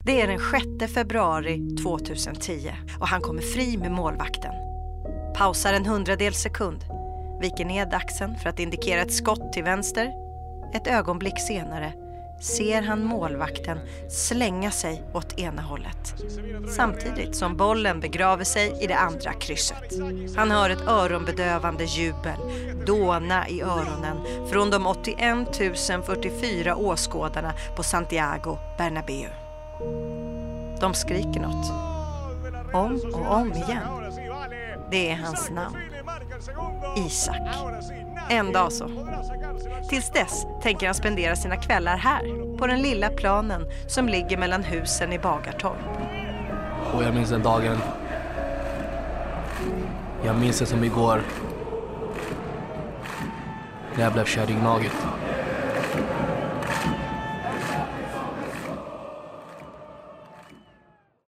Det är den 6 februari 2010 och han kommer fri med målvakten. Pausar en 100-del sekund, viker ned axeln för att indikera ett skott till vänster. Ett ögonblick senare ser han målvakten slänga sig åt ena hållet, samtidigt som bollen begraver sig i det andra krysset. Han hör ett öronbedövande jubel dåna i öronen från de 81 044 åskådarna på Santiago Bernabéu. De skriker något, om och om igen. Det är hans namn, Isak. En dag så. Tills dess tänker han spendera sina kvällar här, på den lilla planen som ligger mellan husen i Bagartorp. Och jag minns den dagen. Jag minns det som igår. När jag blev kärringnaget.